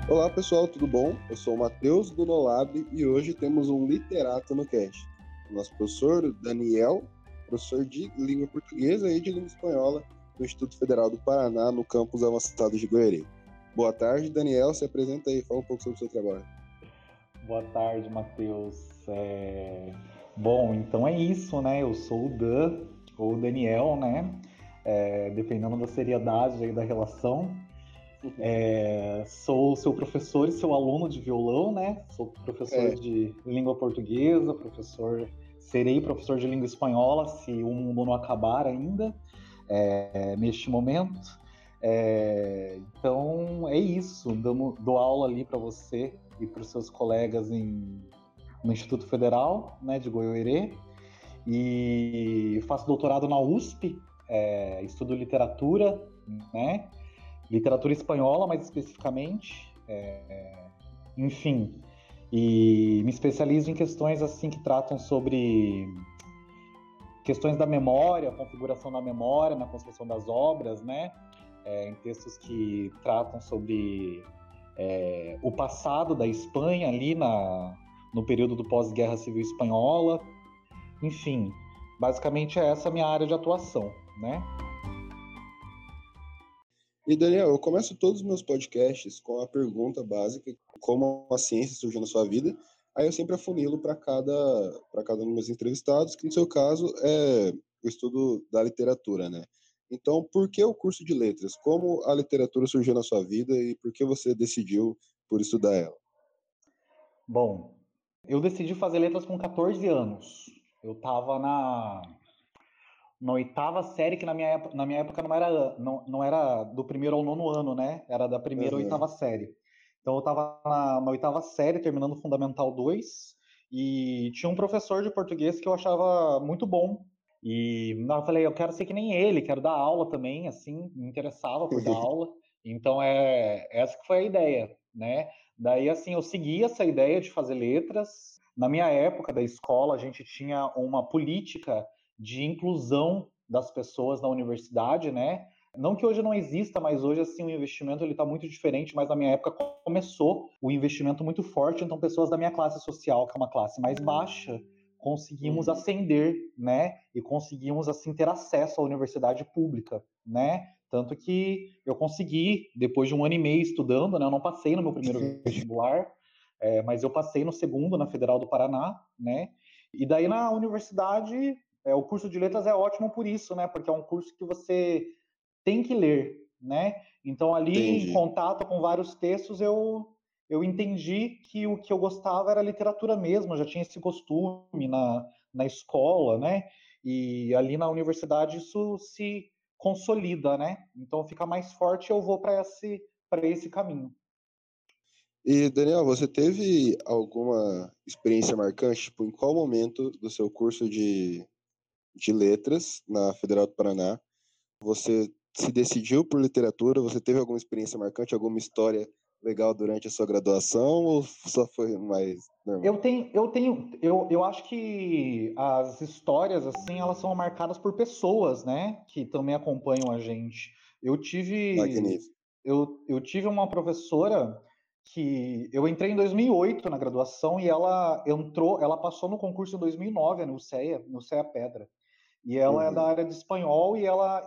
Olá pessoal, tudo bom? Eu sou o Matheus do Nolab e hoje temos um literato no cast. O nosso professor Daniel, professor de língua portuguesa e de língua espanhola do Instituto Federal do Paraná, no campus avançado de Goiânia. Boa tarde, Daniel, se apresenta aí, fala um pouco sobre o seu trabalho. Boa tarde, Matheus. Bom, então é isso, né? Eu sou o Dan, ou o Daniel, né? Dependendo da seriedade aí da relação. Sou seu professor e seu aluno de violão, né? Sou professor de língua portuguesa, serei professor de língua espanhola, se o mundo não acabar ainda, neste momento. Então é isso, dou aula ali para você e para os seus colegas no Instituto Federal, né, de Goiôerê, e faço doutorado na USP, estudo literatura, né, literatura espanhola mais especificamente, enfim, e me especializo em questões assim que tratam sobre questões da memória, configuração da memória, na construção das obras, né, em textos que tratam sobre o passado da Espanha ali no período do pós-guerra civil espanhola. Enfim, basicamente é essa a minha área de atuação, né? E Daniel, eu começo todos os meus podcasts com a pergunta básica, como a ciência surgiu na sua vida. Aí eu sempre afunilo para cada um dos meus entrevistados, que no seu caso é o estudo da literatura, né? Então, por que o curso de letras? Como a literatura surgiu na sua vida e por que você decidiu por estudar ela? Bom, eu decidi fazer letras com 14 anos. Eu estava na oitava série, que na minha época não era do primeiro ao nono ano, né? Era da primeira à Uhum. oitava série. Então eu estava na oitava série, terminando o Fundamental 2, e tinha um professor de português que eu achava muito bom. E eu falei, eu quero ser que nem ele, quero dar aula também, assim, me interessava por dar aula. Então essa que foi a ideia, né? Daí, assim, eu segui essa ideia de fazer letras. Na minha época da escola, a gente tinha uma política de inclusão das pessoas na universidade, né? Não que hoje não exista, mas hoje assim o investimento ele está muito diferente. Mas na minha época começou o investimento muito forte, então pessoas da minha classe social, que é uma classe mais baixa, conseguimos ascender, né? E conseguimos assim ter acesso à universidade pública, né? Tanto que eu consegui, depois de um ano e meio estudando, né? Eu não passei no meu primeiro vestibular, mas eu passei no segundo na Federal do Paraná, né? E daí na universidade o curso de letras é ótimo por isso, né? Porque é um curso que você tem que ler, né? Então ali em Entendi. contato com vários textos eu entendi que o que eu gostava era literatura mesmo. Eu já tinha esse costume na escola, né? E ali na universidade isso se consolida, né? Então fica mais forte e eu vou para esse caminho. E Daniel, você teve alguma experiência marcante? Tipo, em qual momento do seu curso de letras na Federal do Paraná você se decidiu por literatura? Você teve alguma experiência marcante, alguma história legal durante a sua graduação ou só foi mais normal? Eu acho que as histórias, assim, elas são marcadas por pessoas, né, que também acompanham a gente. Eu tive, Magnífico. eu tive uma professora que eu entrei em 2008 na graduação e ela passou no concurso em 2009 no CEA Pedra. E ela é da Uhum. área de espanhol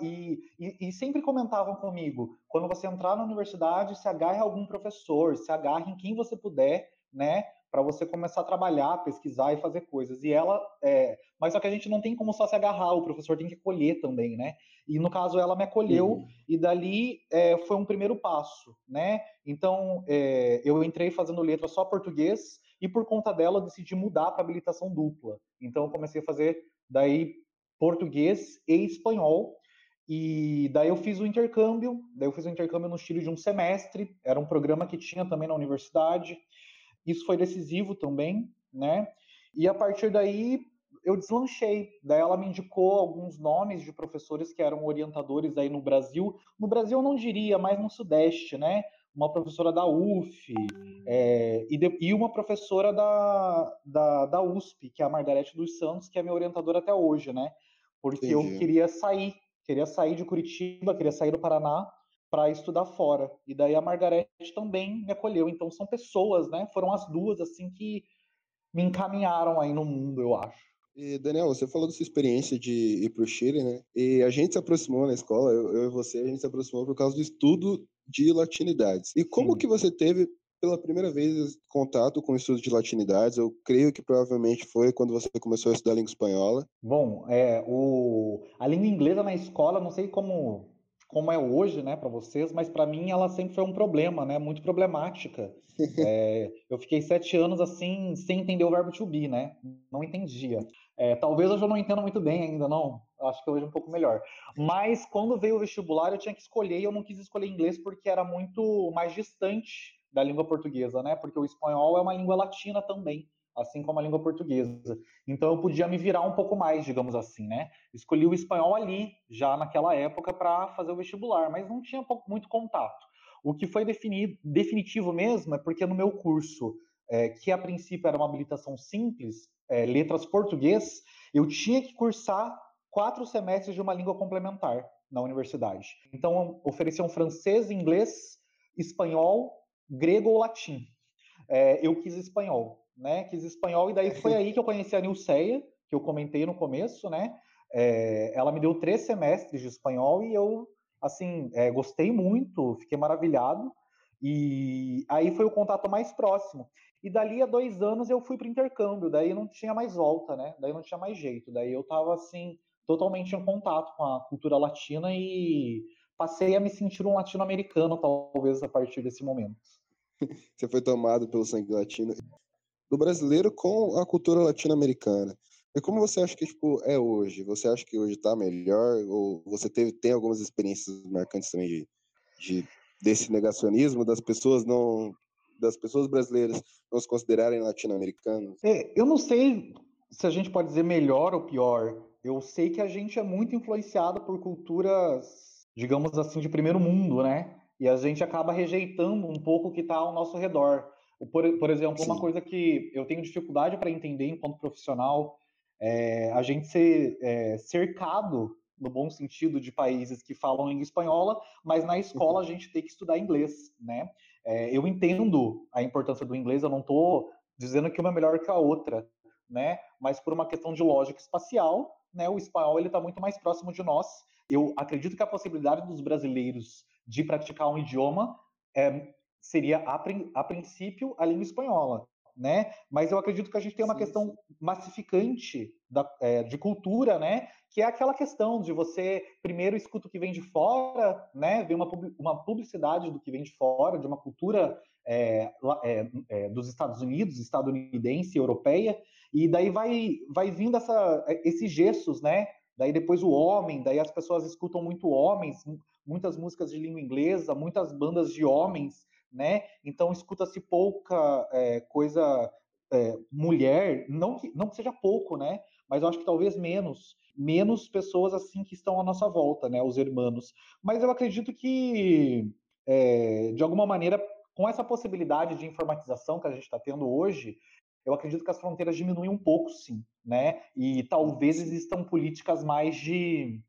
e sempre comentavam comigo, quando você entrar na universidade, se agarre a algum professor, se agarre em quem você puder, né, para você começar a trabalhar, pesquisar e fazer coisas. Mas só que a gente não tem como só se agarrar, o professor tem que acolher também, né? E no caso ela me acolheu Uhum. e dali foi um primeiro passo, né? Então eu entrei fazendo letra só português e por conta dela eu decidi mudar para habilitação dupla. Então eu comecei a fazer daí português e espanhol. E daí eu fiz o intercâmbio no Chile de um semestre, era um programa que tinha também na universidade. Isso foi decisivo também, né? E a partir daí eu deslanchei. Daí ela me indicou alguns nomes de professores que eram orientadores aí no Brasil. No Brasil eu não diria, mas no Sudeste, né? Uma professora da UF e uma professora da USP, que é a Margarete dos Santos, que é minha orientadora até hoje, né? Porque eu Entendi. queria sair de Curitiba, queria sair do Paraná para estudar fora. E daí a Margarete também me acolheu. Então são pessoas, né? Foram as duas assim que me encaminharam aí no mundo, eu acho. E, Daniel, você falou da sua experiência de ir para o Chile, né? E a gente se aproximou na escola, eu e você, a gente se aproximou por causa do estudo de latinidades. E como que Sim. você teve pela primeira vez contato com o estudo de latinidades? Eu creio que provavelmente foi quando você começou a estudar língua espanhola. Bom, a língua inglesa na escola, não sei como é hoje, né, para vocês, mas para mim ela sempre foi um problema, né, muito problemática. Eu fiquei 7 anos assim, sem entender o verbo to be, né, não entendia. Talvez hoje eu não entenda muito bem ainda, não, acho que hoje é um pouco melhor. Mas quando veio o vestibular, eu tinha que escolher e eu não quis escolher inglês porque era muito mais distante da língua portuguesa, né, porque o espanhol é uma língua latina também, assim como a língua portuguesa. Então eu podia me virar um pouco mais, digamos assim, né? Escolhi o espanhol ali, já naquela época, para fazer o vestibular, mas não tinha muito contato. O que foi definitivo mesmo é porque no meu curso, que a princípio era uma habilitação simples, letras português, eu tinha que cursar 4 semestres de uma língua complementar na universidade. Então ofereciam francês, inglês, espanhol, grego ou latim. Eu quis espanhol, né? Quis espanhol, e daí foi aí que eu conheci a Nilceia, que eu comentei no começo, né? Ela me deu 3 semestres de espanhol e eu, assim, gostei muito, fiquei maravilhado. E aí foi o contato mais próximo. E dali a 2 anos eu fui para o intercâmbio, daí não tinha mais volta, né? Daí não tinha mais jeito. Daí eu estava, assim, totalmente em contato com a cultura latina e passei a me sentir um latino-americano, talvez, a partir desse momento. Você foi tomado pelo sangue latino do brasileiro com a cultura latino-americana. E como você acha que tipo, é hoje? Você acha que hoje está melhor? Ou você tem algumas experiências marcantes também desse negacionismo das pessoas brasileiras não se considerarem latino-americanos? Eu não sei se a gente pode dizer melhor ou pior. Eu sei que a gente é muito influenciado por culturas, digamos assim, de primeiro mundo, né? E a gente acaba rejeitando um pouco o que está ao nosso redor. Por exemplo, uma Sim. coisa que eu tenho dificuldade para entender enquanto profissional é a gente ser cercado, no bom sentido, de países que falam língua espanhola, mas na escola a gente tem que estudar inglês, né? Eu entendo a importância do inglês, eu não estou dizendo que uma é melhor que a outra, né? Mas por uma questão de lógica espacial, né? O espanhol ele está muito mais próximo de nós. Eu acredito que a possibilidade dos brasileiros de praticar um idioma seria a princípio a língua espanhola, né? Mas eu acredito que a gente tem uma Sim, questão sim. massificante de cultura, né? Que é aquela questão de você primeiro escuta o que vem de fora, né? Vê uma publicidade do que vem de fora, de uma cultura dos Estados Unidos, estadunidense, europeia, e daí vai vindo esses gestos, né? Daí depois o homem, daí as pessoas escutam muito homens, muitas músicas de língua inglesa, muitas bandas de homens, né? Então escuta-se pouca coisa mulher, não que seja pouco, né? Mas eu acho que talvez menos pessoas assim que estão à nossa volta, né? Os irmãos. Mas eu acredito que de alguma maneira com essa possibilidade de informatização que a gente está tendo hoje, eu acredito que as fronteiras diminuem um pouco, sim, né? E talvez Sim. existam políticas mais de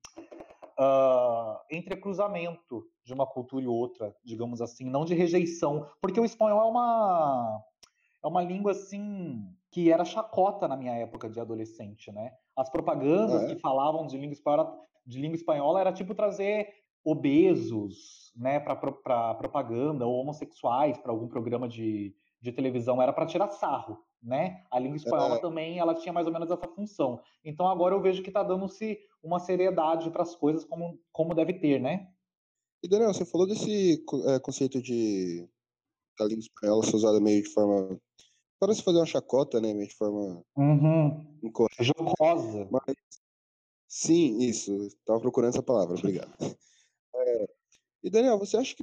entrecruzamento de uma cultura e outra, digamos assim, não de rejeição, porque o espanhol é uma língua assim que era chacota na minha época de adolescente, né? As Ah, propagandas que é? falavam de língua espanhola era tipo trazer obesos, né, para propaganda, ou homossexuais para algum programa de televisão, era para tirar sarro, né? A língua espanhola É. também, ela tinha mais ou menos essa função. Então agora eu vejo que está dando-se uma seriedade para as coisas como deve ter, né? E Daniel, você falou desse conceito da língua espanhola ser usada meio de forma para se fazer uma chacota, né, meio de forma Uhum. incorreta. Jocosa. Mas sim, isso. Estava procurando essa palavra. Obrigado. E Daniel, você acha que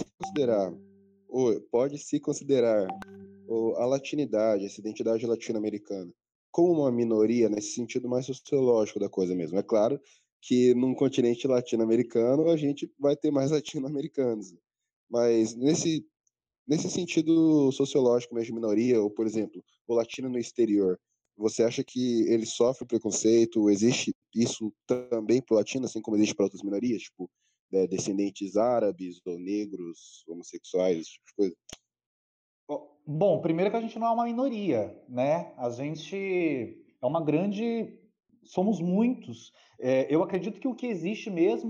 pode se considerar a latinidade, essa identidade latino-americana, como uma minoria nesse sentido mais sociológico da coisa mesmo? É claro que num continente latino-americano a gente vai ter mais latino-americanos, mas nesse sentido sociológico mesmo de minoria, ou por exemplo, o latino no exterior, você acha que ele sofre preconceito? Existe isso também para o latino, assim como existe para outras minorias? Tipo, descendentes árabes ou negros, homossexuais, esse tipo de coisa? Bom, primeiro que a gente não é uma minoria, né? A gente é uma grande. Somos muitos. Eu acredito que o que existe mesmo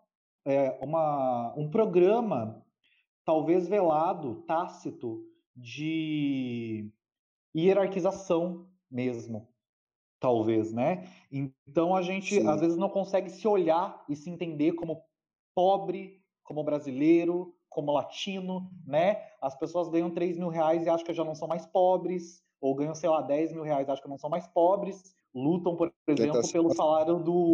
um programa, talvez velado, tácito, de hierarquização mesmo, talvez, né? Então a gente às Sim, vezes não consegue se olhar e se entender como pobre, como brasileiro, como latino, né? As pessoas ganham R$ 3.000 e acham que já não são mais pobres, ou ganham, sei lá, R$ 10.000 e acham que não são mais pobres, lutam, por tentar exemplo, se, pelo salário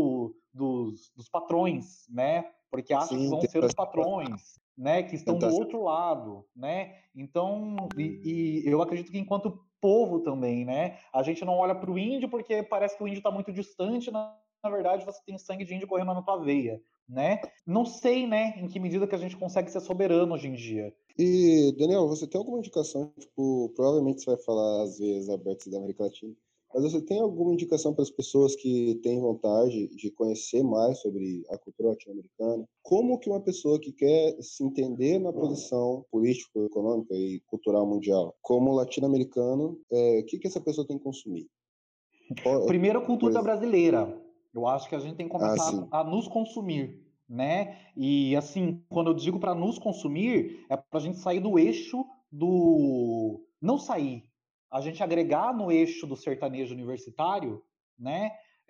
dos patrões, né? Porque acham que sim, vão ser tentar, os patrões, né? Que estão do tentar outro lado, né? Então, e eu acredito que enquanto povo também, né? A gente não olha para o índio porque parece que o índio está muito distante, na verdade você tem sangue de índio correndo na tua veia, né? Não sei, né, em que medida que a gente consegue ser soberano hoje em dia. E, Daniel, você tem alguma indicação, tipo, provavelmente você vai falar as veias abertas da América Latina, mas você tem alguma indicação para as pessoas que têm vontade de conhecer mais sobre a cultura latino-americana? Como que uma pessoa que quer se entender na posição político-econômica e cultural mundial, como latino-americano, o que essa pessoa tem que consumir? Primeiro, a Por cultura exemplo, brasileira. Eu acho que a gente tem que começar sim. a nos consumir, né? E assim, quando eu digo para nos consumir, é para a gente sair do eixo do. Não sair, a gente agregar no eixo do sertanejo universitário, né?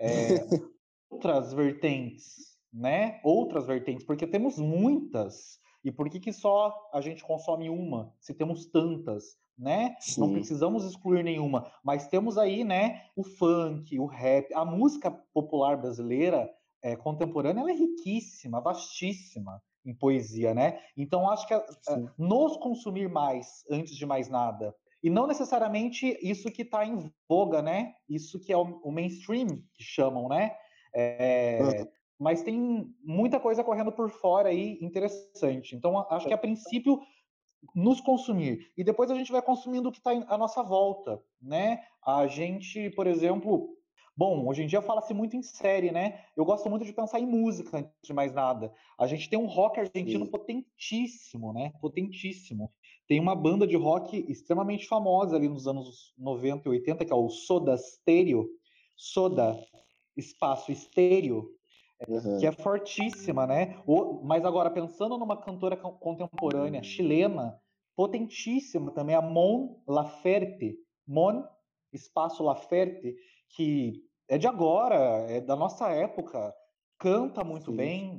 Outras vertentes, né? Outras vertentes, porque temos muitas. E por que só a gente consome uma, se temos tantas, né? Não Sim. precisamos excluir nenhuma, mas temos aí, né, o funk, o rap, a música popular brasileira contemporânea, ela é riquíssima, vastíssima em poesia, né? Então acho que Sim. nos consumir mais, antes de mais nada, e não necessariamente isso que está em voga, né? Isso que é o mainstream que chamam, né? Aham. Mas tem muita coisa correndo por fora aí interessante. Então, acho que a princípio nos consumir e depois a gente vai consumindo o que está à nossa volta, né? A gente, por exemplo, bom, hoje em dia fala-se muito em série, né? Eu gosto muito de pensar em música antes de mais nada. A gente tem um rock argentino Sim. potentíssimo, né? Potentíssimo. Tem uma banda de rock extremamente famosa ali nos anos 90 e 80, que é o Soda Stereo. Soda espaço estéreo, que é Aham. fortíssima, né? Mas agora, pensando numa cantora contemporânea chilena, potentíssima também, a Mon Laferte. Mon, espaço Laferte, que é de agora, é da nossa época, canta muito Sim. bem,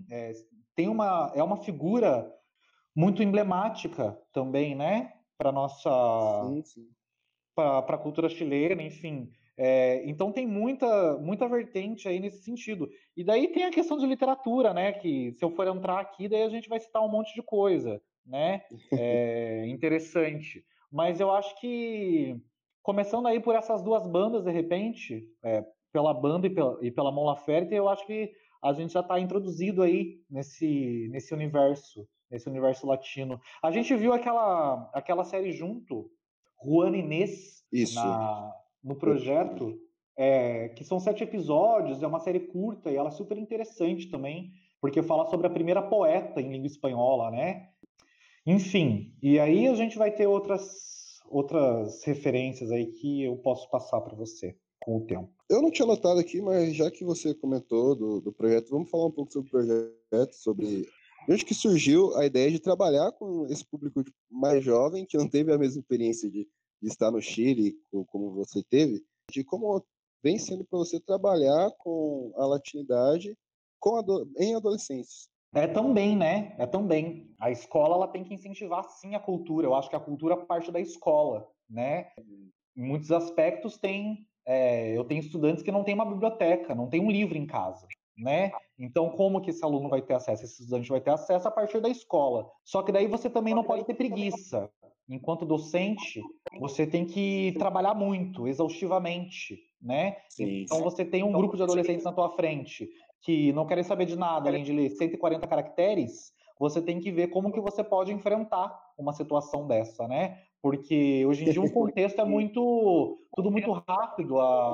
é uma figura muito emblemática também, né? Para nossa Sim, sim. para a cultura chilena, enfim. Então tem muita vertente aí nesse sentido. E daí tem a questão de literatura, né? Que se eu for entrar aqui, daí a gente vai citar um monte de coisa, né? Interessante. Mas eu acho que começando aí por essas duas bandas, de repente, pela banda e pela Mon Laferte, eu acho que a gente já está introduzido aí nesse universo latino. A gente viu aquela série junto, Juan Inês Isso. no projeto, que são 7 episódios, é uma série curta e ela é super interessante também, porque fala sobre a primeira poeta em língua espanhola, né? Enfim, e aí a gente vai ter outras referências aí que eu posso passar para você com o tempo. Eu não tinha notado aqui, mas já que você comentou do projeto, vamos falar um pouco sobre o projeto, sobre de onde que surgiu a ideia de trabalhar com esse público mais jovem, que não teve a mesma experiência de estar no Chile, como você teve, de como vem sendo para você trabalhar com a latinidade em adolescentes. É também, né? É também. A escola ela tem que incentivar sim a cultura. Eu acho que a cultura parte da escola, né? Em muitos aspectos eu tenho estudantes que não têm uma biblioteca, não tem um livro em casa, né? Então como que esse aluno vai ter acesso? Esse estudante vai ter acesso a partir da escola. Só que daí você também não pode ter preguiça. Enquanto docente, você tem que trabalhar muito, exaustivamente, né? Sim, Então sim. você tem um grupo de adolescentes na tua frente que não querem saber de nada além de ler 140 caracteres, você tem que ver como que você pode enfrentar uma situação dessa, né? porque hoje em dia o contexto é tudo muito rápido,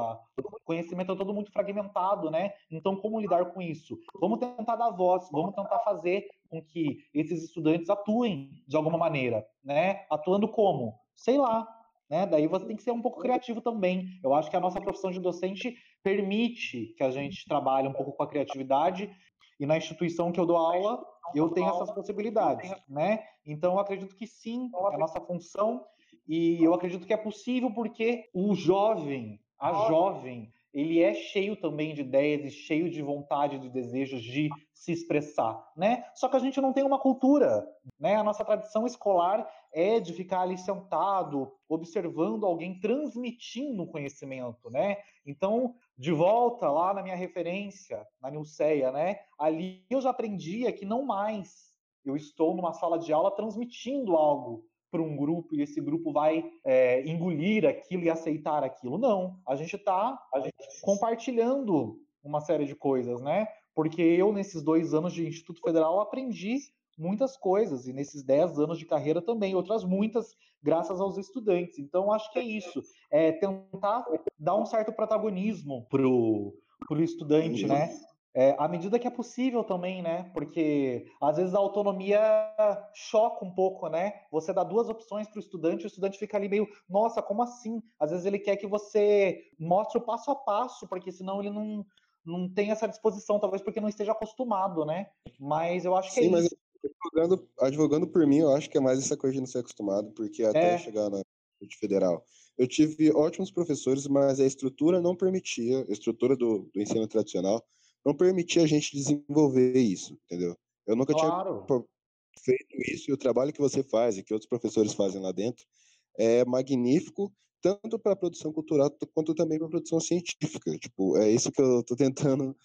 o conhecimento é todo muito fragmentado, né? Então, como lidar com isso? Vamos tentar dar voz, vamos tentar fazer com que esses estudantes atuem de alguma maneira, né? Atuando como? Sei lá, né? Daí você tem que ser um pouco criativo também. Eu acho que a nossa profissão de docente permite que a gente trabalhe um pouco com a criatividade, e na instituição que eu dou aula, eu tenho essas possibilidades, né? Então, eu acredito que sim, é a nossa função, e eu acredito que é possível porque o jovem, a jovem, ele é cheio também de ideias e cheio de vontade, de desejos de se expressar, né? Só que a gente não tem uma cultura, né? A nossa tradição escolar é de ficar ali sentado, observando alguém transmitindo conhecimento, né? Então, de volta lá na minha referência, na Nilceia, né? Ali eu já aprendia que não mais eu estou numa sala de aula transmitindo algo para um grupo e esse grupo vai engolir aquilo e aceitar aquilo. Não, a gente está compartilhando uma série de coisas, né? Porque eu, nesses 2 anos de Instituto Federal, aprendi muitas coisas, e nesses 10 anos de carreira também, outras muitas, graças aos estudantes. Então, acho que é isso, é tentar dar um certo protagonismo pro estudante, né? À medida que é possível também, né? Porque às vezes a autonomia choca um pouco, né? Você dá 2 opções para o estudante fica ali meio, nossa, como assim? Às vezes ele quer que você mostre o passo a passo, porque senão ele não tem essa disposição, talvez porque não esteja acostumado, né? Mas eu acho que é Sim, mas isso. advogando por mim, eu acho que é mais essa coisa de não ser acostumado, porque até É, chegar na rede federal, eu tive ótimos professores, mas a estrutura não permitia, a estrutura do ensino tradicional não permitia a gente desenvolver isso, entendeu? Eu nunca tinha claro. feito isso, e o trabalho que você faz e que outros professores fazem lá dentro é magnífico, tanto para a produção cultural quanto também para a produção científica. Tipo, é isso que eu estou tentando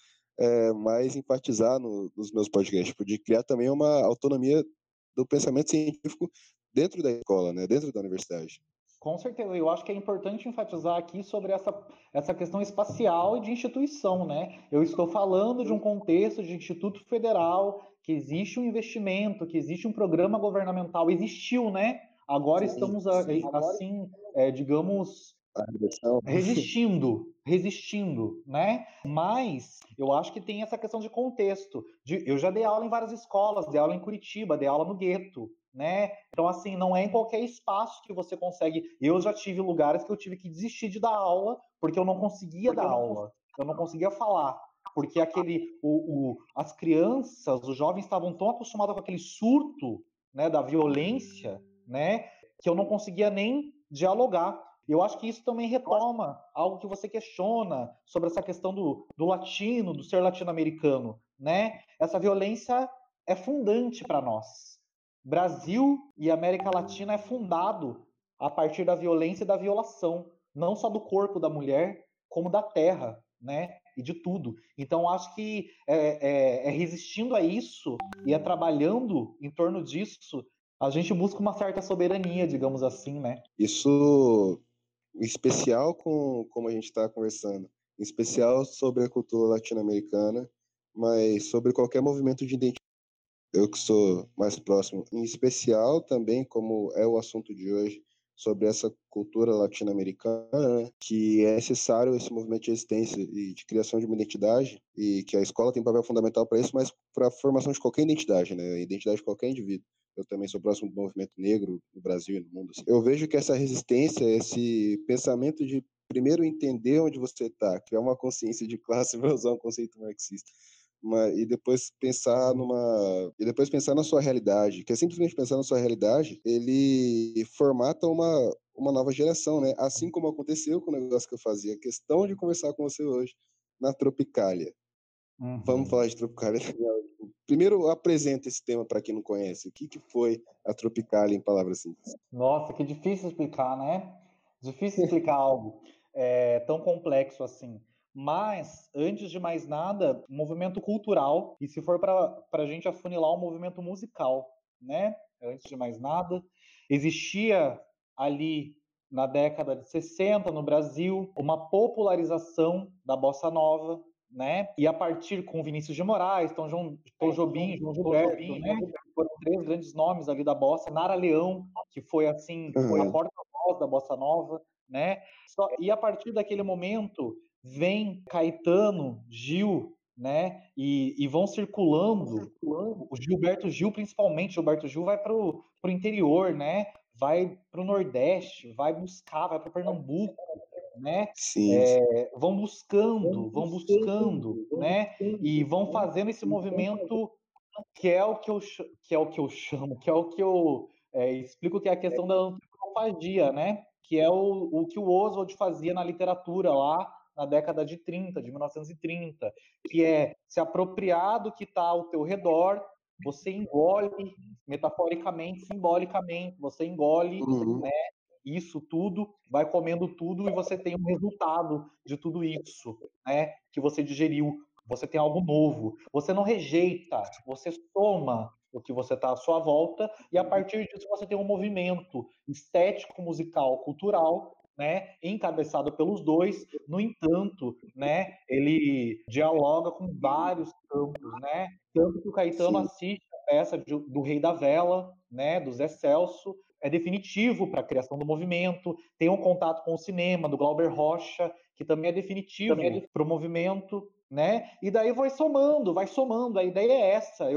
mais enfatizar nos meus podcasts, tipo, de criar também uma autonomia do pensamento científico dentro da escola, né, dentro da universidade. Com certeza, eu acho que é importante enfatizar aqui sobre essa questão espacial e de instituição, né? Eu estou falando de um contexto de Instituto Federal, que existe um investimento, que existe um programa governamental, existiu, né? Agora Sim, estamos, sim. assim, digamos, A regressão. resistindo, né? Mas eu acho que tem essa questão de contexto. Eu já dei aula em várias escolas, dei aula em Curitiba, dei aula no gueto, né? Então, assim, não é em qualquer espaço que você consegue. Eu já tive lugares que eu tive que desistir de dar aula porque eu não conseguia dar aula, eu não conseguia falar. Porque as crianças, os jovens estavam tão acostumados com aquele surto, né, da violência, né, que eu não conseguia nem dialogar. Eu acho que isso também retoma algo que você questiona sobre essa questão do latino, do ser latino-americano, né? Essa violência é fundante para nós. Brasil e América Latina é fundado a partir da violência e da violação, não só do corpo da mulher, como da terra, né? E de tudo. Então, acho que é resistindo a isso e é trabalhando em torno disso, a gente busca uma certa soberania, digamos assim, né? Isso, em especial com como a gente está conversando, em especial sobre a cultura latino-americana, mas sobre qualquer movimento de identidade. Eu que sou mais próximo, em especial também, como é o assunto de hoje, sobre essa cultura latino-americana, né, que é necessário esse movimento de resistência e de criação de uma identidade, e que a escola tem um papel fundamental para isso, mas para a formação de qualquer identidade, né, a identidade de qualquer indivíduo. Eu também sou próximo do movimento negro no Brasil e no mundo. Assim. Eu vejo que essa resistência, esse pensamento de primeiro entender onde você está, criar uma consciência de classe, para usar um conceito marxista, e depois pensar na sua realidade, que é simplesmente pensar na sua realidade, ele formata uma nova geração, né? Assim como aconteceu com o negócio que eu fazia, questão de conversar com você hoje na Tropicália. Vamos Uhum. falar de Tropicália. Primeiro, apresenta esse tema para quem não conhece. O que foi a Tropicália em palavras simples? Nossa, que difícil explicar, né? Difícil explicar algo tão complexo assim. Mas, antes de mais nada, um movimento cultural, e se for para a gente afunilar, um movimento musical, né? Antes de mais nada, existia ali na década de 60 no Brasil uma popularização da bossa nova, né? E a partir com Vinícius de Moraes, Tom Jobim, João Gilberto, né? Foram 3 grandes nomes ali da bossa. Nara Leão, que foi assim, foi a porta-voz da bossa nova, né? E a partir daquele momento vem Caetano, Gil, né? E vão circulando. O Gilberto Gil, principalmente, Gilberto Gil vai para o interior, né? Vai para o Nordeste, vai para Pernambuco, né? Sim. Vão buscando, né? E vão fazendo esse movimento que é o que eu chamo, que é o que eu explico, que é a questão da antropofagia, né? Que é o que o Oswald fazia na literatura lá na década de 30, de 1930, que é se apropriar do que está ao teu redor, você engole, metaforicamente, simbolicamente, você engole, né? Isso tudo, vai comendo tudo e você tem um resultado de tudo isso, né? Que você digeriu. Você tem algo novo. Você não rejeita, você soma o que você está à sua volta e a partir disso você tem um movimento estético, musical, cultural, né? Encabeçado pelos dois. No entanto, né? Ele dialoga com vários campos, né? Tanto que o Caetano assiste a peça do Rei da Vela, né? Do Zé Celso, é definitivo para a criação do movimento, tem um contato com o cinema do Glauber Rocha, que também é definitivo para o movimento, né? E daí vai somando, a ideia é essa.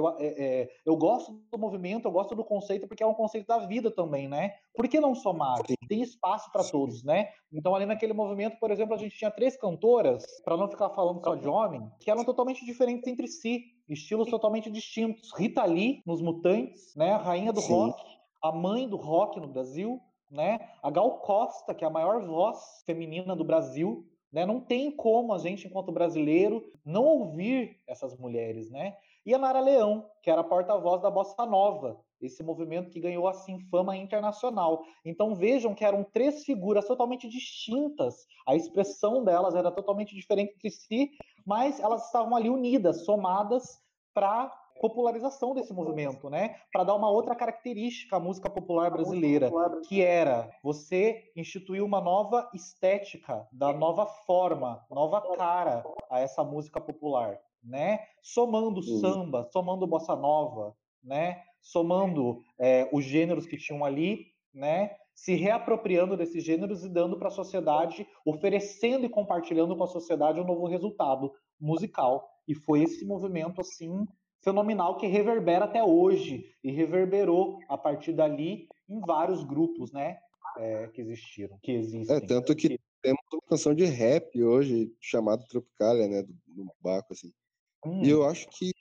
Eu gosto do movimento, eu gosto do conceito, porque é um conceito da vida também, né? Por que não somar? Tem espaço para todos, né? Então, ali naquele movimento, por exemplo, a gente tinha 3 cantoras, para não ficar falando só de homem, que eram totalmente diferentes entre si, estilos totalmente distintos. Rita Lee, nos Mutantes, né? A rainha do rock, a mãe do rock no Brasil, né? A Gal Costa, que é a maior voz feminina do Brasil, né? Não tem como a gente, enquanto brasileiro, não ouvir essas mulheres, né? E a Nara Leão, que era a porta-voz da Bossa Nova, esse movimento que ganhou assim fama internacional. Então vejam que eram 3 figuras totalmente distintas, a expressão delas era totalmente diferente entre si, mas elas estavam ali unidas, somadas para popularização desse movimento, né? Para dar uma outra característica à música popular brasileira, que era você instituir uma nova estética, da nova forma, nova cara a essa música popular, né? Somando samba, somando bossa nova, né? Somando os gêneros que tinham ali, né? Se reapropriando desses gêneros e dando para a sociedade, oferecendo e compartilhando com a sociedade um novo resultado musical. E foi esse movimento assim fenomenal que reverbera até hoje e reverberou a partir dali em vários grupos, né, que existem. Tanto que temos uma canção de rap hoje chamada Tropicália, né, do Baco, assim. E eu acho que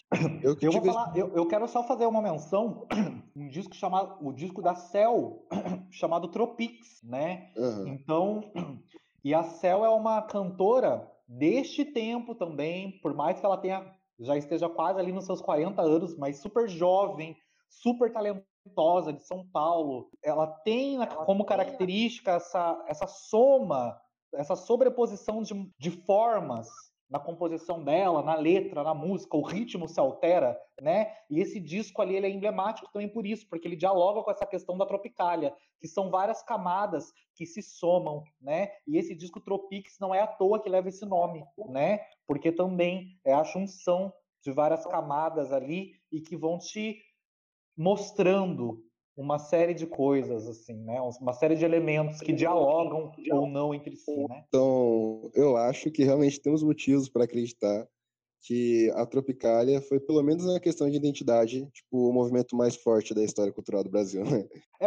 eu quero só fazer uma menção, um disco chamado, o disco da Cell, chamado Tropics, né? Então, e a Cell é uma cantora deste tempo também, por mais que ela já esteja quase ali nos seus 40 anos, mas super jovem, super talentosa, de São Paulo. Ela tem como característica essa soma, essa sobreposição de formas na composição dela, na letra, na música, o ritmo se altera, né? E esse disco ali ele é emblemático também por isso, porque ele dialoga com essa questão da Tropicália, que são várias camadas que se somam, né? E esse disco Tropics não é à toa que leva esse nome, né? Porque também é a junção de várias camadas ali e que vão te mostrando uma série de coisas, assim, né? Uma série de elementos que dialogam ou não entre si, né? Então, eu acho que realmente temos motivos para acreditar que a Tropicália foi, pelo menos na questão de identidade, tipo, o movimento mais forte da história cultural do Brasil, né?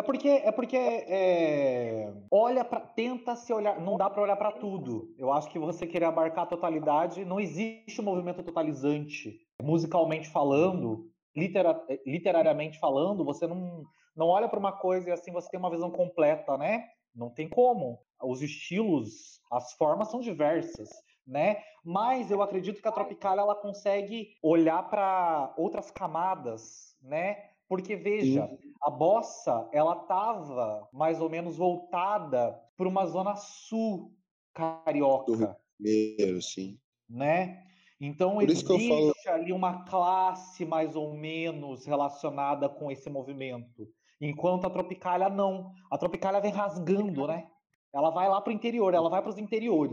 Tenta se olhar, não dá para olhar para tudo. Eu acho que você querer abarcar a totalidade, não existe um movimento totalizante. Musicalmente falando, literariamente falando, você não olha para uma coisa e assim você tem uma visão completa, né? Não tem como. Os estilos, as formas são diversas, né? Mas eu acredito que a Tropicália ela consegue olhar para outras camadas, né? Porque veja, a bossa ela estava mais ou menos voltada para uma zona sul carioca, do Rio de Janeiro, sim. Né? Então Por isso que eu falo, existe ali uma classe mais ou menos relacionada com esse movimento, enquanto a Tropicália não. A Tropicália vem rasgando, né? Ela vai lá para o interior, ela vai para os interiores,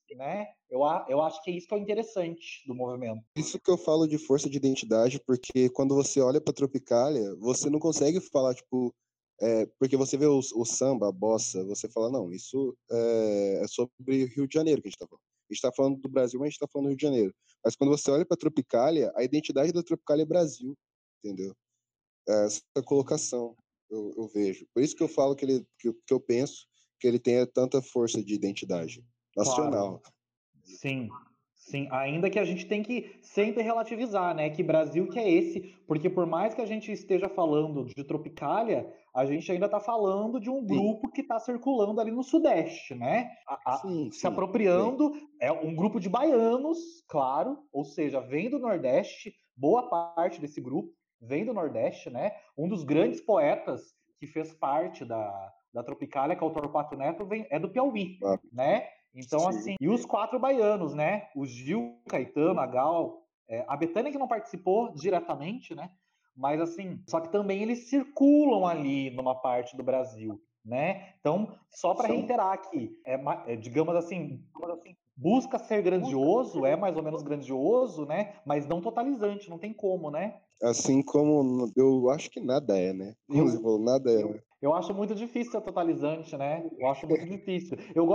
né? Eu acho que é isso que é o interessante do movimento. Isso que eu falo de força de identidade, porque quando você olha pra Tropicália, você não consegue falar, tipo, porque você vê o samba, a bossa, você fala, não, isso é sobre Rio de Janeiro que a gente tá falando. A gente tá falando do Brasil, mas a gente tá falando do Rio de Janeiro. Mas quando você olha pra Tropicália, a identidade da Tropicália é Brasil, entendeu? Essa colocação eu vejo. Por isso que eu falo que eu penso que ele tenha tanta força de identidade nacional. Claro. Sim, sim. Ainda que a gente tem que sempre relativizar, né? Que Brasil que é esse, porque por mais que a gente esteja falando de Tropicália, a gente ainda está falando de um Sim, grupo que está circulando ali no Sudeste, né? sim, Se sim, tudo bem. apropriando, é um grupo de baianos, claro, ou seja, vem do Nordeste, boa parte desse grupo vem do Nordeste, né? Um dos grandes poetas que fez parte da Tropicália, que é o Torquato Neto, é do Piauí, Ah, né? Então, sim. assim, e os 4 baianos, né? O Gil, Caetano, a Gal, a Bethânia que não participou diretamente, né? Mas assim, só que também eles circulam ali numa parte do Brasil, né? Então, só para reiterar aqui, digamos assim, busca ser grandioso, é mais ou menos grandioso, né? Mas não totalizante, não tem como, né? Assim como eu acho que nada é, né? Como você Eu, falou, nada é, né? Eu acho muito difícil ser totalizante, né? Eu acho muito difícil.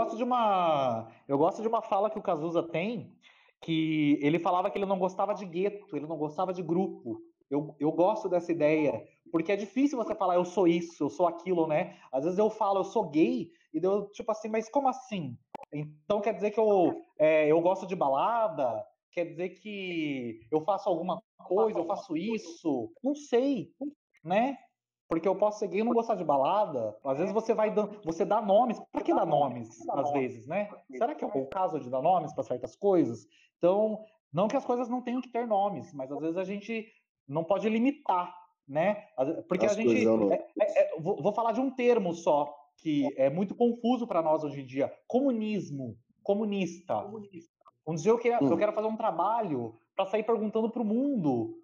Eu gosto de uma fala que o Cazuza tem, que ele falava que ele não gostava de gueto, ele não gostava de grupo. Eu gosto dessa ideia, porque é difícil você falar eu sou isso, eu sou aquilo, né? Às vezes eu falo eu sou gay e deu tipo assim, mas como assim? Então quer dizer que eu gosto de balada? Quer dizer que eu faço alguma coisa, eu faço isso? Não sei, né? Porque eu posso ser gay e não gostar de balada. Às vezes você dá nomes. Pra que dar nomes, às vezes, né? Será que é o caso de dar nomes para certas coisas? Então, não que as coisas não tenham que ter nomes, mas às vezes a gente não pode limitar, né? Porque a As coisas gente. eu não. Vou falar de um termo só, que é muito confuso para nós hoje em dia: comunismo, comunista. Um dia eu Hum, quero fazer um trabalho para sair perguntando para o mundo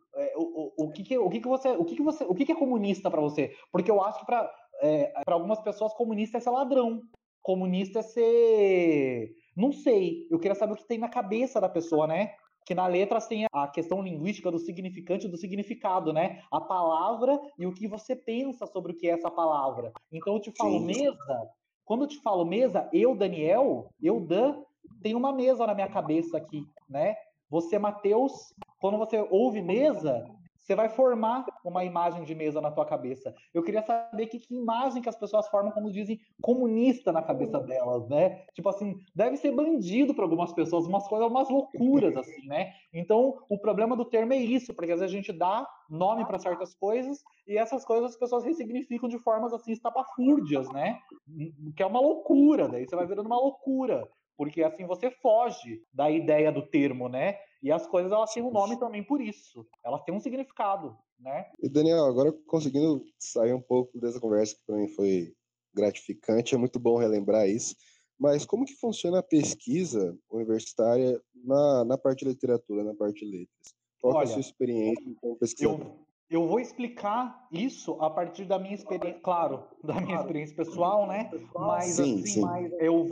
o que que é comunista para você? Porque eu acho que para algumas pessoas comunista é ser ladrão, comunista é ser, não sei. Eu queria saber o que tem na cabeça da pessoa, né? Que na letras tem a questão linguística do significante e do significado, né? A palavra e o que você pensa sobre o que é essa palavra. Então eu te falo sim. mesa. Quando eu te falo mesa, eu, Daniel, eu, Dan, tem uma mesa na minha cabeça aqui, né? Você, Matheus, quando você ouve mesa, você vai formar uma imagem de mesa na tua cabeça. Eu queria saber que imagem que as pessoas formam quando dizem comunista na cabeça delas, né? Tipo assim, deve ser bandido para algumas pessoas, umas coisas, umas loucuras, assim, né? Então, o problema do termo é isso, porque às vezes a gente dá nome para certas coisas e essas coisas as pessoas ressignificam de formas assim estapafúrdias, né? Que é uma loucura, daí você vai virando uma loucura, porque assim você foge da ideia do termo, né? E as coisas elas têm um nome também por isso. Elas têm um significado, né? E Daniel, agora conseguindo sair um pouco dessa conversa que para mim foi gratificante, é muito bom relembrar isso. Mas como que funciona a pesquisa universitária na parte de literatura, na parte de letras? Qual que é a sua Olha, experiência como pesquisador? eu vou explicar isso a partir da minha experiência, claro, da minha experiência pessoal, né? Mas Sim, assim, sim.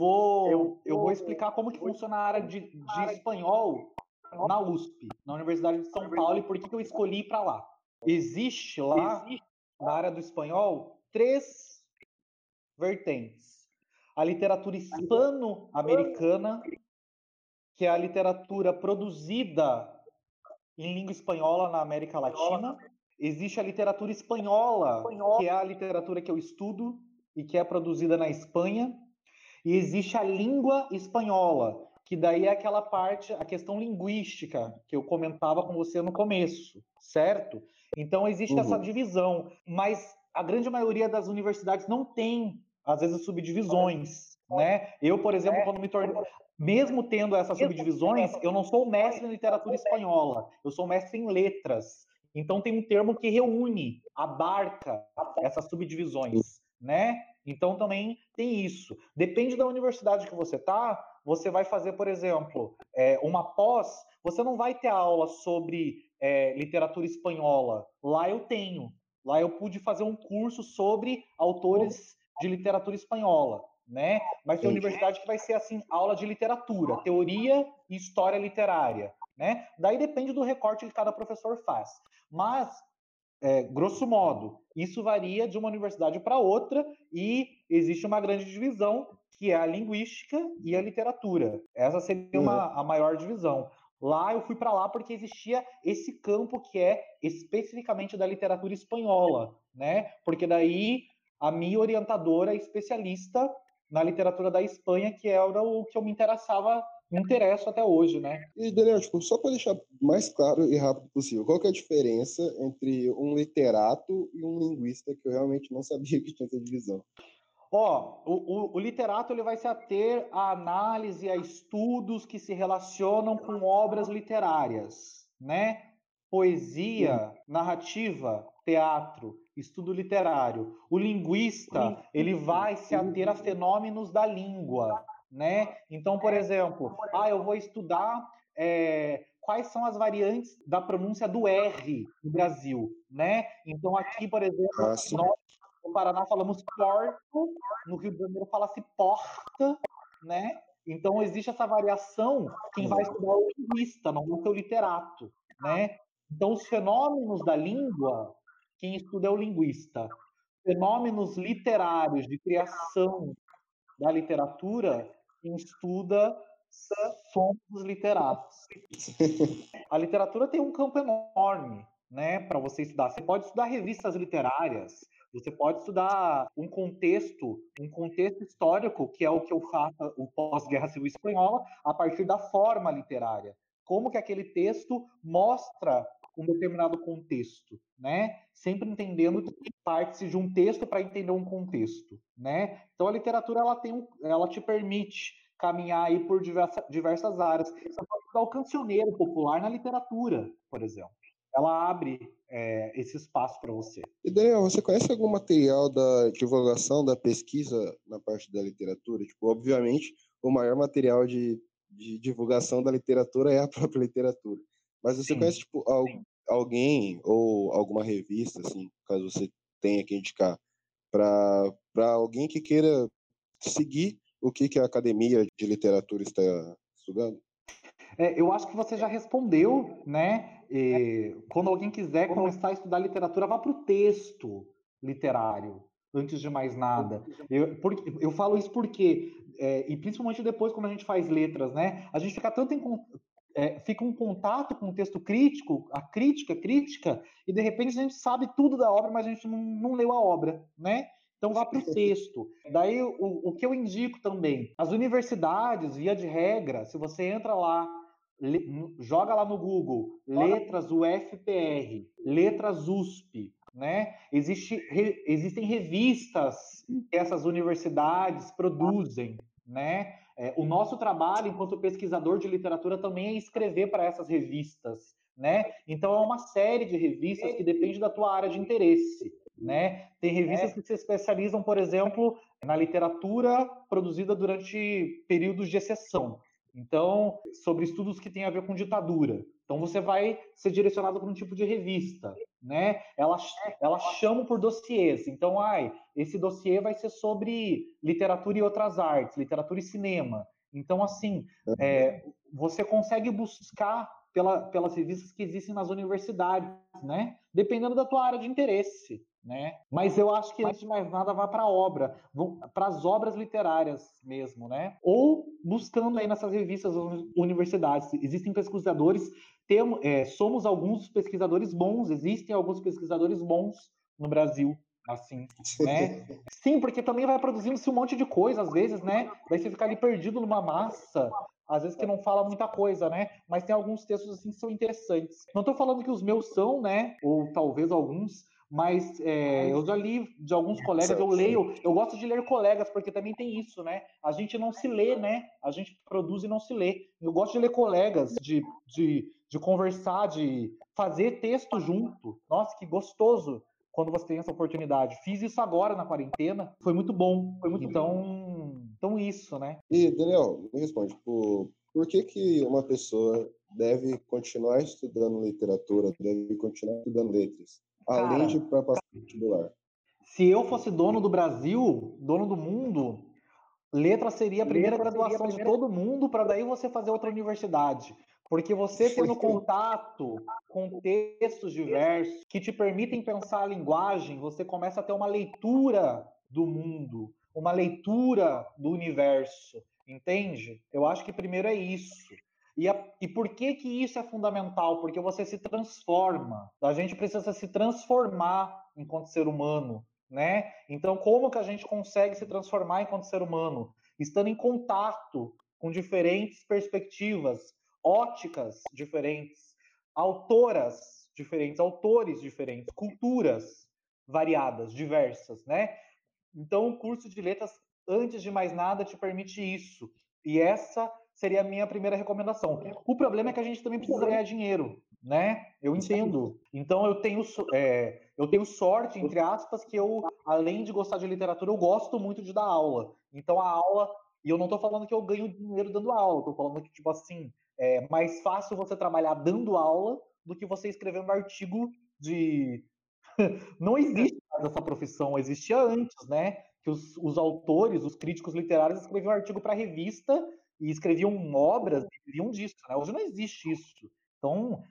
eu vou explicar como que funciona a área de espanhol na USP, na Universidade de São Paulo, e por que eu escolhi ir para lá. Existe lá, na área do espanhol, 3 vertentes. A literatura hispano-americana, que é a literatura produzida em língua espanhola na América Latina. Existe a literatura espanhola, que é a literatura que eu estudo e que é produzida na Espanha. E existe a língua espanhola, que daí é aquela parte, a questão linguística que eu comentava com você no começo, certo? Então existe essa Uhum. divisão, mas a grande maioria das universidades não tem, às vezes, subdivisões, né? Eu, por exemplo, quando me tornei, mesmo tendo essas subdivisões, eu não sou mestre em literatura espanhola, eu sou mestre em letras. Então tem um termo que reúne, abarca essas subdivisões, né? Então também tem isso. Depende da universidade que você está, você vai fazer, por exemplo, uma pós, você não vai ter aula sobre literatura espanhola. Lá eu tenho. Lá eu pude fazer um curso sobre autores de literatura espanhola, né? Mas tem universidade que vai ser assim, aula de literatura, teoria e história literária, né? Daí depende do recorte que cada professor faz. Mas, grosso modo, isso varia de uma universidade para outra e existe uma grande divisão, que é a linguística e a literatura. Essa seria a maior divisão. Lá eu fui para lá porque existia esse campo que é especificamente da literatura espanhola, né? Porque daí a minha orientadora é especialista na literatura da Espanha, que era o que eu me interesso até hoje, né? E, Daniel, tipo, só para deixar mais claro e rápido possível, qual que é a diferença entre um literato e um linguista, que eu realmente não sabia que tinha essa divisão? O literato ele vai se ater à análise, a estudos que se relacionam com obras literárias, né? Poesia, narrativa, teatro, estudo literário. O linguista, ele vai se ater a fenômenos da língua, né? Então, por exemplo, eu vou estudar quais são as variantes da pronúncia do R no Brasil, né? Então, aqui, por exemplo, nós no Paraná falamos porto, no Rio de Janeiro fala-se porta, né? Então existe essa variação, quem vai estudar é o linguista, não é o literato, né? Então os fenômenos da língua, quem estuda é o linguista. Fenômenos literários de criação da literatura, quem estuda somos os literatos. A literatura tem um campo enorme, né, para você estudar. Você pode estudar revistas literárias, você pode estudar um contexto histórico, que é o que eu faço, o pós-guerra civil espanhola, a partir da forma literária. Como que aquele texto mostra um determinado contexto, né? Sempre entendendo que parte-se de um texto para entender um contexto, né? Então a literatura ela te permite caminhar aí por diversas áreas. Você pode estudar o cancioneiro popular na literatura, por exemplo. Ela abre esse espaço para você. E, Daniel, você conhece algum material da divulgação, da pesquisa na parte da literatura? Tipo, obviamente, o maior material de divulgação da literatura é a própria literatura. Mas você conhece, tipo, alguém ou alguma revista, assim, caso você tenha que indicar, para alguém que queira seguir o que a Academia de Literatura está estudando? Eu acho que você já respondeu, né? Quando alguém quiser começar a estudar literatura, vá para o texto literário, antes de mais nada. Eu falo isso porque, e principalmente depois quando a gente faz letras, né? A gente fica tanto fica um contato com o texto crítico, a crítica, e de repente a gente sabe tudo da obra, mas a gente não leu a obra, né? Então vá para o texto. Daí o que eu indico também, as universidades, via de regra, se você entra lá, joga lá no Google, letras UFPR, letras USP, né? Existem revistas que essas universidades produzem, né? O nosso trabalho enquanto pesquisador de literatura também é escrever para essas revistas, né? Então é uma série de revistas que depende da tua área de interesse, né? Tem revistas que se especializam, por exemplo, na literatura produzida durante períodos de exceção. Então, sobre estudos que têm a ver com ditadura. Então, você vai ser direcionado para um tipo de revista, né? Elas chamam por dossiês. Então, esse dossiê vai ser sobre literatura e outras artes, literatura e cinema. Então, assim, você consegue buscar pelas revistas que existem nas universidades, né? Dependendo da tua área de interesse, né? Mas eu acho que antes de mais nada vá para a obra, para as obras literárias mesmo, né? Ou buscando aí nessas revistas universidades. Existem pesquisadores, somos alguns pesquisadores bons, existem alguns pesquisadores bons no Brasil, assim, né? Sim, porque também vai produzindo-se um monte de coisa às vezes, né? Daí você fica ali perdido numa massa, às vezes que não fala muita coisa, né? Mas tem alguns textos assim que são interessantes. Não estou falando que os meus são, né? Ou talvez alguns, mas eu já li de alguns colegas, eu gosto de ler colegas, porque também tem isso, né? A gente não se lê, né? A gente produz e não se lê. Eu gosto de ler colegas, de conversar, de fazer texto junto. Nossa, que gostoso quando você tem essa oportunidade. Fiz isso agora na quarentena, foi muito bom. Então isso, né? E, Daniel, me responde, por que uma pessoa deve continuar estudando literatura, deve continuar estudando letras, além de para passar no vestibular? Se eu fosse dono do Brasil, dono do mundo, Letra seria a primeira graduação de todo mundo, para daí você fazer outra universidade. Porque você tendo contato com textos diversos que te permitem pensar a linguagem, você começa a ter uma leitura do mundo, uma leitura do universo, entende? Eu acho que primeiro é isso. E por que que isso é fundamental? Porque você se transforma. A gente precisa se transformar enquanto ser humano, né? Então, como que a gente consegue se transformar enquanto ser humano? Estando em contato com diferentes perspectivas, óticas diferentes, autoras diferentes, autores diferentes, culturas variadas, diversas, né? Então, o curso de letras, antes de mais nada, te permite isso. E essa seria a minha primeira recomendação. O problema é que a gente também precisa ganhar dinheiro, né? Eu entendo. Então, eu tenho sorte, entre aspas, que eu, além de gostar de literatura, eu gosto muito de dar aula. Então, a aula... E eu não estou falando que eu ganho dinheiro dando aula. Estou falando que, tipo assim, é mais fácil você trabalhar dando aula do que você escrevendo um artigo de... Não existe mais essa profissão, existia antes, né? Que os autores, os críticos literários escreviam artigo para revista e escreviam obras e viviam disso, né? Hoje não existe isso. Então,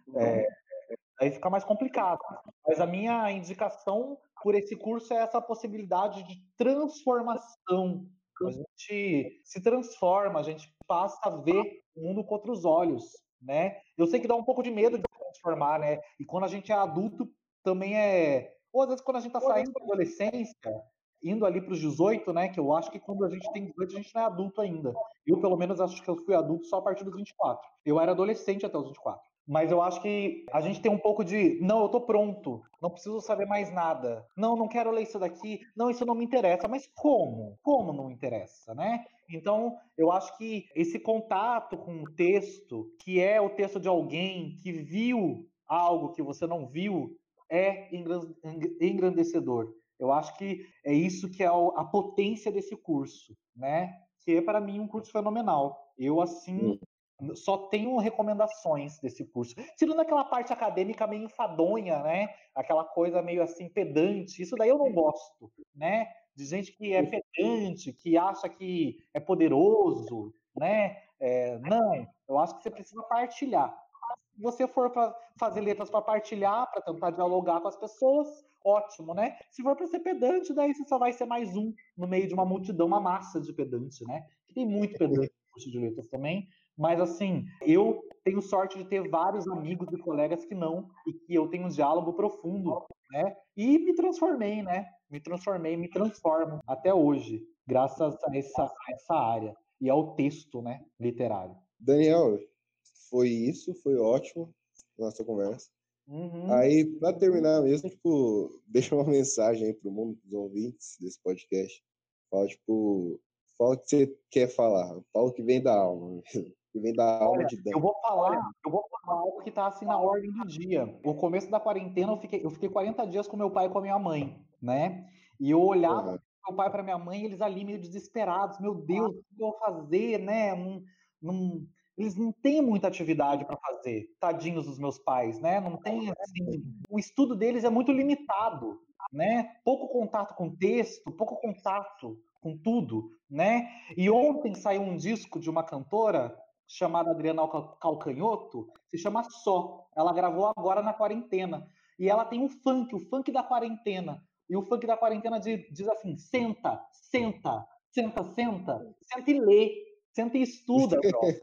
aí fica mais complicado. Mas a minha indicação por esse curso é essa possibilidade de transformação. A gente se transforma, a gente passa a ver o mundo com outros olhos, né? Eu sei que dá um pouco de medo de se transformar, né? E quando a gente é adulto, também é... Ou às vezes quando a gente está saindo da adolescência, indo ali para os 18, né? Que eu acho que quando a gente tem 18, a gente não é adulto ainda. Eu, pelo menos, acho que eu fui adulto só a partir dos 24. Eu era adolescente até os 24. Mas eu acho que a gente tem um pouco de, não, eu tô pronto, não preciso saber mais nada. Não, não quero ler isso daqui. Não, isso não me interessa. Mas como? Como não interessa, né? Então, eu acho que esse contato com o texto, que é o texto de alguém que viu algo que você não viu, é engrandecedor. Eu acho que é isso que é a potência desse curso, né? Que é, para mim, um curso fenomenal. Eu, assim, só tenho recomendações desse curso. Tirando aquela parte acadêmica meio enfadonha, né? Aquela coisa meio assim pedante. Isso daí eu não gosto, né? De gente que é pedante, que acha que é poderoso, né? Não, eu acho que você precisa partilhar. Se você for para fazer letras para partilhar, para tentar dialogar com as pessoas, ótimo, né? Se for para ser pedante, daí você só vai ser mais um no meio de uma multidão, uma massa de pedante, né? Tem muito pedante no curso de letras também, mas assim, eu tenho sorte de ter vários amigos e colegas que não, e que eu tenho um diálogo profundo, né? E me transformei, né? Me transformei, me transformo até hoje, graças a essa área e ao texto, né, literário. Daniel, foi isso, foi ótimo nossa conversa. Uhum. Aí, para terminar mesmo, tipo, deixa uma mensagem aí pro mundo, pros ouvintes desse podcast. Fala, tipo, fala o que você quer falar. Fala o que vem da alma, que vem da alma Olha, de dentro. eu vou falar algo que tá assim na ordem do dia. O começo da quarentena eu fiquei 40 dias com meu pai e com a minha mãe, né? E eu olhava Uhum. pro meu pai e para minha mãe, eles ali meio desesperados, meu Deus, o que eu vou fazer, né? Não, eles não têm muita atividade para fazer, tadinhos dos meus pais, né? Não tem assim, o estudo deles é muito limitado, né? Pouco contato com texto, pouco contato com tudo, né? E ontem saiu um disco de uma cantora chamada Adriana Calcanhoto, se chama Só. Ela gravou agora na quarentena. E ela tem um funk, o funk da quarentena. E o funk da quarentena diz assim: senta, senta, senta, senta, senta e lê, senta e estuda,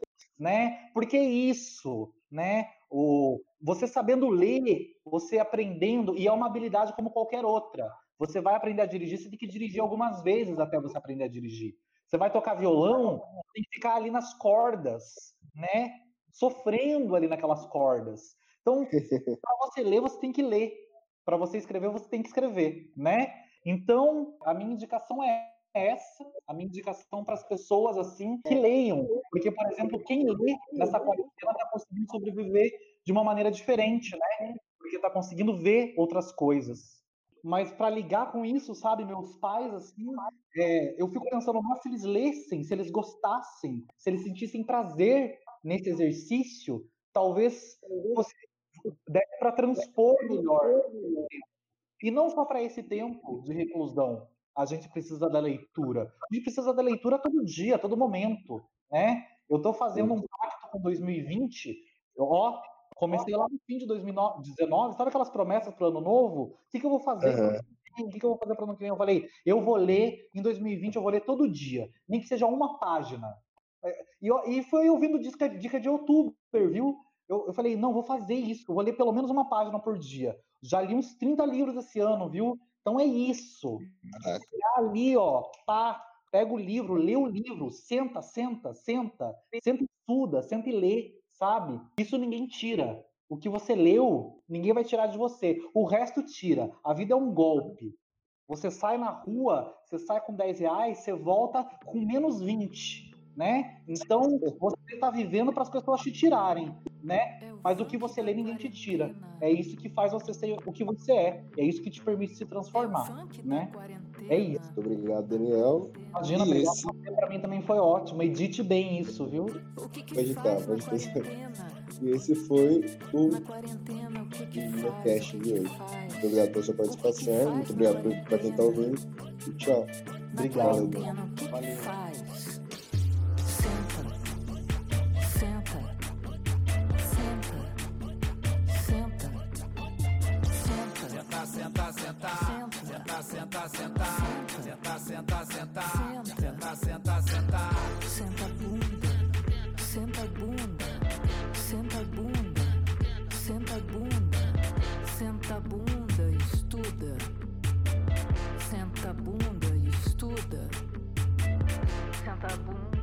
né? Porque é isso, né? Você sabendo ler, você aprendendo, e é uma habilidade como qualquer outra. Você vai aprender a dirigir, você tem que dirigir algumas vezes até você aprender a dirigir. Você vai tocar violão, tem que ficar ali nas cordas, né? Sofrendo ali naquelas cordas. Então, para você ler, você tem que ler. Para você escrever, você tem que escrever, né? Então, a minha indicação é essa, a minha indicação para as pessoas assim que leiam, porque, por exemplo, quem lê nessa quarentena está conseguindo sobreviver de uma maneira diferente, né? Porque está conseguindo ver outras coisas. Mas para ligar com isso, sabe, meus pais, assim, eu fico pensando, nossa, se eles lessem, se eles gostassem, se eles sentissem prazer nesse exercício, talvez fosse desse para transpor melhor. E não só para esse tempo de reclusão, a gente precisa da leitura? A gente precisa da leitura todo dia, a todo momento, né? Eu estou fazendo um pacto com 2020, comecei lá no fim de 2019, sabe aquelas promessas para o ano novo? O que eu vou fazer para o ano que vem? O que eu vou fazer para o ano que vem? Eu falei, eu vou ler, em 2020 eu vou ler todo dia, nem que seja uma página. E foi ouvindo dica de youtuber, viu? Eu falei, não, vou fazer isso, eu vou ler pelo menos uma página por dia. Já li uns 30 livros esse ano, viu? Então é isso. Ali, ó, pá, pega o livro, lê o livro, senta e estuda, senta e lê, sabe? Isso ninguém tira. O que você leu, ninguém vai tirar de você. O resto tira. A vida é um golpe. Você sai na rua, você sai com 10 reais, você volta com menos 20, né? Então, você está vivendo para as pessoas te tirarem, né? Mas o que você lê, ninguém te tira. É isso que faz você ser o que você é. É isso que te permite se transformar, né? É isso. Muito obrigado, Daniel. Imagina, obrigado a você, pra mim também foi ótimo. Edite bem isso, viu? Pode editar. E esse foi o meu cast de hoje. Muito obrigado pela sua participação, muito obrigado para quem está ouvindo e tchau. Obrigado. Valeu. Senta bunda, senta bunda, senta bunda, senta bunda, senta bunda, estuda. Senta bunda e estuda. Senta bunda.